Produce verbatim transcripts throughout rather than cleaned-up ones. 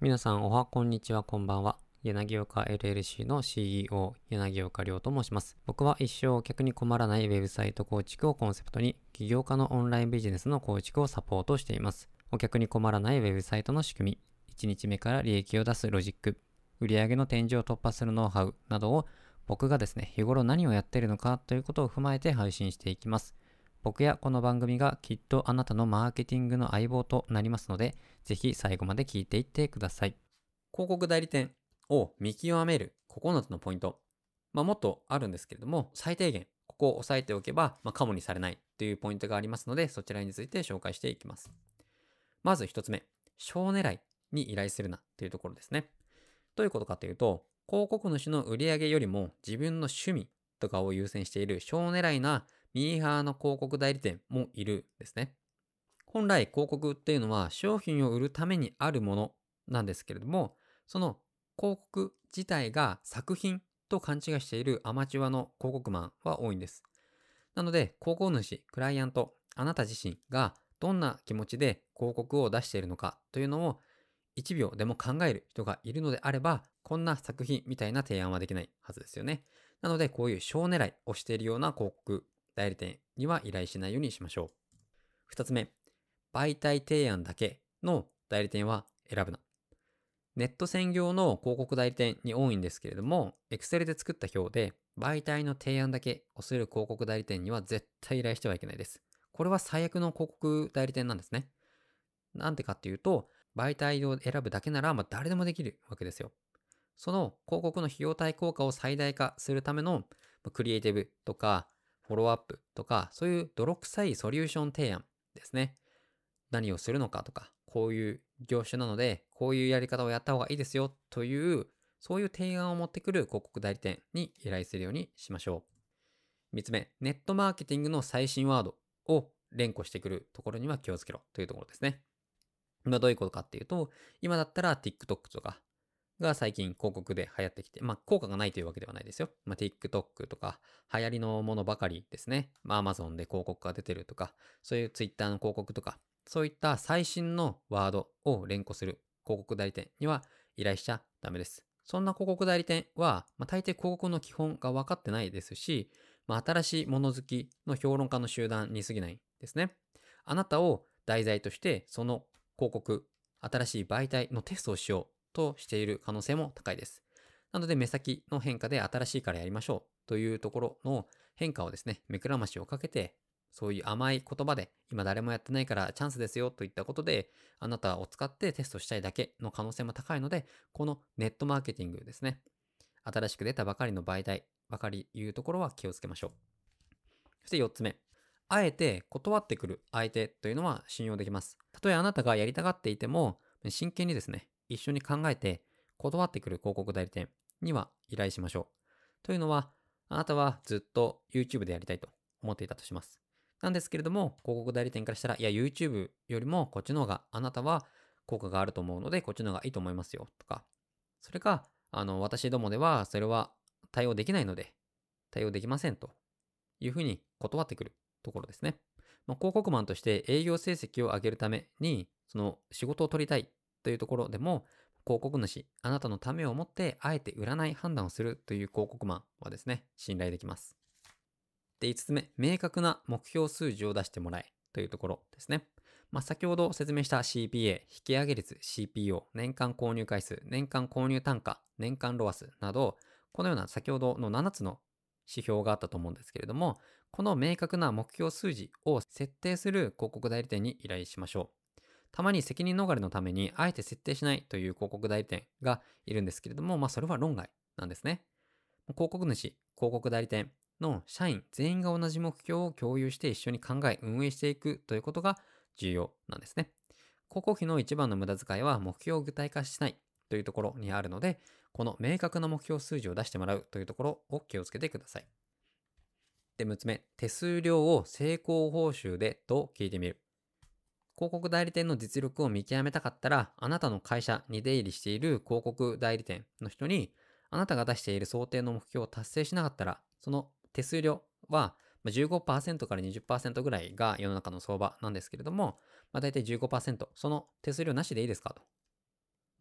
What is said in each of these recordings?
皆さんおはこんにちはこんばんは。柳岡 エルエルシー の シーイーオー 柳岡亮と申します。僕は一生お客に困らないウェブサイト構築をコンセプトに起業家のオンラインビジネスの構築をサポートしています。お客に困らないウェブサイトの仕組み、いちにちめから利益を出すロジック、売上の天井を突破するノウハウなどを僕がですね、日頃何をやっているのかということを踏まえて配信していきます。僕やこの番組がきっとあなたのマーケティングの相棒となりますので、ぜひ最後まで聞いていってください。広告代理店を見極めるここのつのポイント。まあ、もっとあるんですけれども、最低限ここを押さえておけば、まあ、カモにされないというポイントがありますので、そちらについて紹介していきます。まず一つ目、小狙いに依頼するなというところですね。どういうことかというと、広告主の売上よりも自分の趣味とかを優先している小狙いなミーハーの広告代理店もいるんですね。本来広告っていうのは商品を売るためにあるものなんですけれども、その広告自体が作品と勘違いしているアマチュアの広告マンは多いんです。なので、広告主、クライアント、あなた自身がどんな気持ちで広告を出しているのかというのをいちびょうでも考える人がいるのであれば、こんな作品みたいな提案はできないはずですよね。なので、こういう小狙いをしているような広告代理店には依頼しないようにしましょう。ふたつめ、媒体提案だけの代理店は選ぶな。ネット専業の広告代理店に多いんですけれども、Excel で作った表で媒体の提案だけをする広告代理店には絶対依頼してはいけないです。これは最悪の広告代理店なんですね。なんでかっていうと、媒体を選ぶだけなら、まあ、誰でもできるわけですよ。その広告の費用対効果を最大化するためのクリエイティブとかフォローアップとか、そういう泥臭いソリューション提案ですね。何をするのかとか、こういう業種なので、こういうやり方をやった方がいいですよという、そういう提案を持ってくる広告代理店に依頼するようにしましょう。みっつめ、ネットマーケティングの最新ワードを連呼してくるところには気をつけろというところですね。まあ、どういうことかっていうと、今だったら TikTok とかが最近広告で流行ってきて、まあ効果がないというわけではないですよ。まあ TikTok とか流行りのものばかりですね。まあ Amazon で広告が出てるとか、そういう Twitter の広告とか、そういった最新のワードを連呼する広告代理店には依頼しちゃダメです。そんな広告代理店は、まあ、大抵広告の基本が分かってないですし、まあ、新しいもの好きの評論家の集団に過ぎないですね。あなたを題材としてその広告、新しい媒体のテストをしようとしている可能性も高いです。なので目先の変化で新しいからやりましょうというところの変化をですね、目くらましをかけて、そういう甘い言葉で今誰もやってないからチャンスですよといったことで、あなたを使ってテストしたいだけの可能性も高いので、このネットマーケティングですね、新しく出たばかりの媒体ばかりいうところは気をつけましょう。そしてよっつめ、あえて断ってくる相手というのは信用できます。たとえあなたがやりたがっていても、真剣にですね、一緒に考えて断ってくる広告代理店には依頼しましょう。というのは、あなたはずっと YouTube でやりたいと思っていたとします。なんですけれども、広告代理店からしたら、いや、YouTube よりもこっちの方があなたは効果があると思うので、こっちの方がいいと思いますよ。とか、それか、あの、私どもではそれは対応できないので、対応できませんというふうに断ってくるところですね。まあ、広告マンとして営業成績を上げるために、その仕事を取りたいというところでも、広告主、あなたのためをもってあえて売らない判断をするという広告マンはですね、信頼できます。で、いつつめ、明確な目標数字を出してもらえというところですね。まあ、先ほど説明した シーピーエー、引き上げ率 シーピーオー、年間購入回数、年間購入単価、年間ロアスなど、このような先ほどのななつの指標があったと思うんですけれども、この明確な目標数字を設定する広告代理店に依頼しましょう。たまに責任逃れのためにあえて設定しないという広告代理店がいるんですけれども、まあそれは論外なんですね。広告主、広告代理店の社員全員が同じ目標を共有して一緒に考え運営していくということが重要なんですね。広告費の一番の無駄遣いは目標を具体化しないというところにあるので、この明確な目標数字を出してもらうというところを気をつけてください。で、むつめ、手数料を成功報酬でと聞いてみる。広告代理店の実力を見極めたかったら、あなたの会社に出入りしている広告代理店の人に、あなたが出している想定の目標を達成しなかったら、その手数料はじゅうごパーセントからにじゅっパーセントぐらいが世の中の相場なんですけれども、まあ、大体じゅうごパーセント、その手数料なしでいいですかと。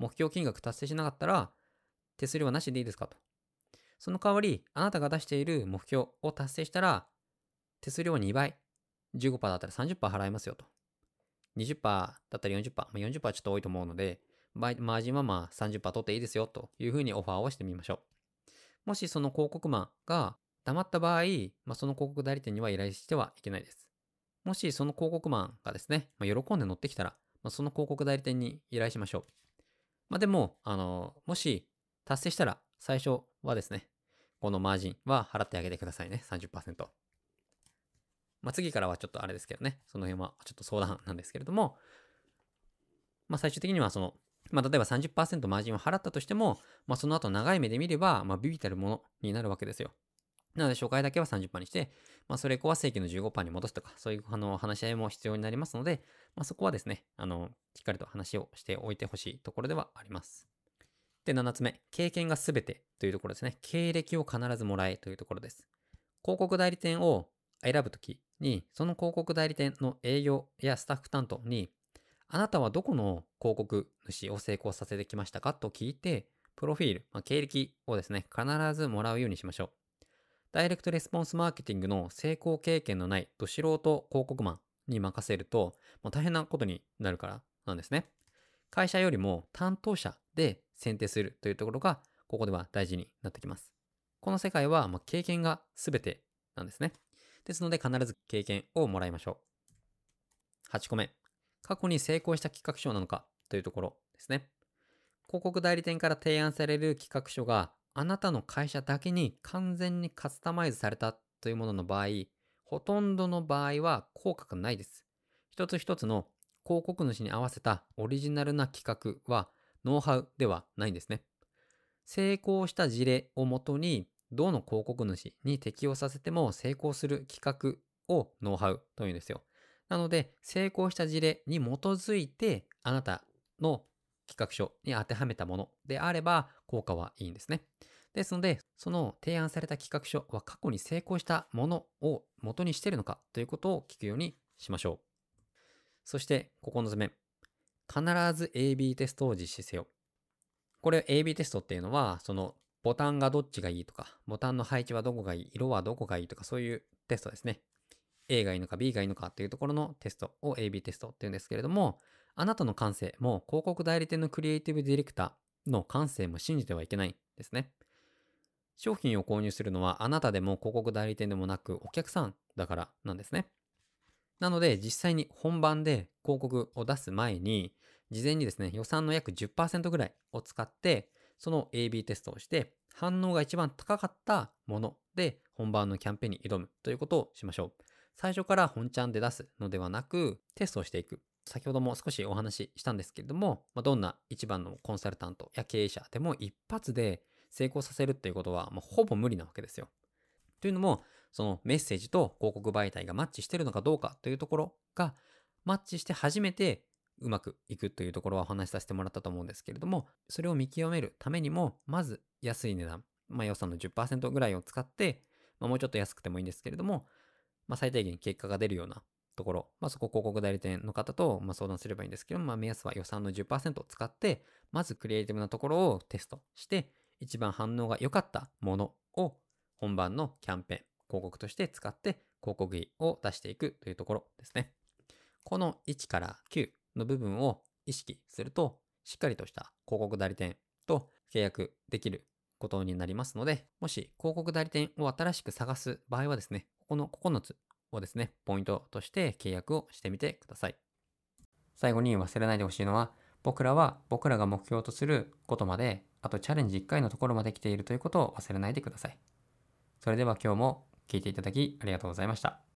目標金額達成しなかったら、手数料はなしでいいですかと。その代わり、あなたが出している目標を達成したら、手数料はにばい、じゅうごパーセントだったらさんじゅっパーセント払いますよと。にじゅっパーセントだったらよんじゅっパーセント、まあ、よんじゅっパーセントはちょっと多いと思うので、マージンはまあ さんじゅっパーセント 取っていいですよというふうにオファーをしてみましょう。もしその広告マンが黙った場合、まあ、その広告代理店には依頼してはいけないです。もしその広告マンがですね、まあ、喜んで乗ってきたら、まあ、その広告代理店に依頼しましょう。まあ、でも、あの、もし達成したら最初はですね、このマージンは払ってあげてくださいね。さんじゅっパーセント。まあ、次からはちょっとあれですけどね、その辺はちょっと相談なんですけれども、まあ、最終的にはその、まあ、例えば さんじゅっパーセント マージンを払ったとしても、まあ、その後長い目で見れば、まあ、ビビたるものになるわけですよ。なので、初回だけは さんじゅっパーセント にして、まあ、それ以降は正規の じゅうごパーセント に戻すとか、そういうあの話し合いも必要になりますので、まあ、そこはですね、あの、しっかりと話をしておいてほしいところではあります。で、ななつめ、経験がすべてというところですね。経歴を必ずもらえというところです。広告代理店を選ぶときに、その広告代理店の営業やスタッフ担当に、あなたはどこの広告主を成功させてきましたかと聞いて、プロフィール、まあ、経歴をですね、必ずもらうようにしましょう。ダイレクトレスポンスマーケティングの成功経験のないど素人広告マンに任せると、まあ、大変なことになるからなんですね。会社よりも担当者で選定するというところが、ここでは大事になってきます。この世界は、まあ、経験が全てなんですね。ですので、必ず経験をもらいましょう。はちこめ。過去に成功した企画書なのかというところですね。広告代理店から提案される企画書があなたの会社だけに完全にカスタマイズされたというものの場合、ほとんどの場合は効果がないです。一つ一つの広告主に合わせたオリジナルな企画はノウハウではないんですね。成功した事例をもとにどの広告主に適用させても成功する企画をノウハウというんですよ。なので、成功した事例に基づいてあなたの企画書に当てはめたものであれば効果はいいんですね。ですので、その提案された企画書は過去に成功したものを元にしているのかということを聞くようにしましょう。そして、ここのつめ。必ず エービー テストを実施せよ。これ エービー テストっていうのは、そのボタンがどっちがいいとか、ボタンの配置はどこがいい、色はどこがいいとか、そういうテストですね。A がいいのか B がいいのかっていうところのテストを エービー テストっていうんですけれども、あなたの感性も広告代理店のクリエイティブディレクターの感性も信じてはいけないですね。商品を購入するのはあなたでも広告代理店でもなくお客さんだからなんですね。なので実際に本番で広告を出す前に、事前にですね、予算の約 じゅっパーセント ぐらいを使って、その エービー テストをして、反応が一番高かったもので本番のキャンペーンに挑むということをしましょう。最初から本ちゃんで出すのではなく、テストをしていく。先ほども少しお話ししたんですけれども、まあ、どんな一番のコンサルタントや経営者でも一発で成功させるっていうことは、まあ、ほぼ無理なわけですよ。というのも、そのメッセージと広告媒体がマッチしているのかどうかというところがマッチして初めてうまくいくというところはお話しさせてもらったと思うんですけれども、それを見極めるためにも、まず安い値段、まあ、予算の じゅっパーセント ぐらいを使って、まあ、もうちょっと安くてもいいんですけれども、まあ、最低限結果が出るようなところ、まあ、そこ広告代理店の方とまあ相談すればいいんですけども、まあ、目安は予算の じゅっパーセント を使って、まずクリエイティブなところをテストして、一番反応が良かったものを本番のキャンペーン、広告として使って広告費を出していくというところですね。このいちからきゅうの部分を意識すると、しっかりとした広告代理店と契約できることになりますので、もし広告代理店を新しく探す場合はですね、ここのここのつをですね、ポイントとして契約をしてみてください。最後に忘れないでほしいのは、僕らは僕らが目標とすることまで、あとチャレンジいっかいのところまで来ているということを忘れないでください。それでは今日も聞いていただきありがとうございました。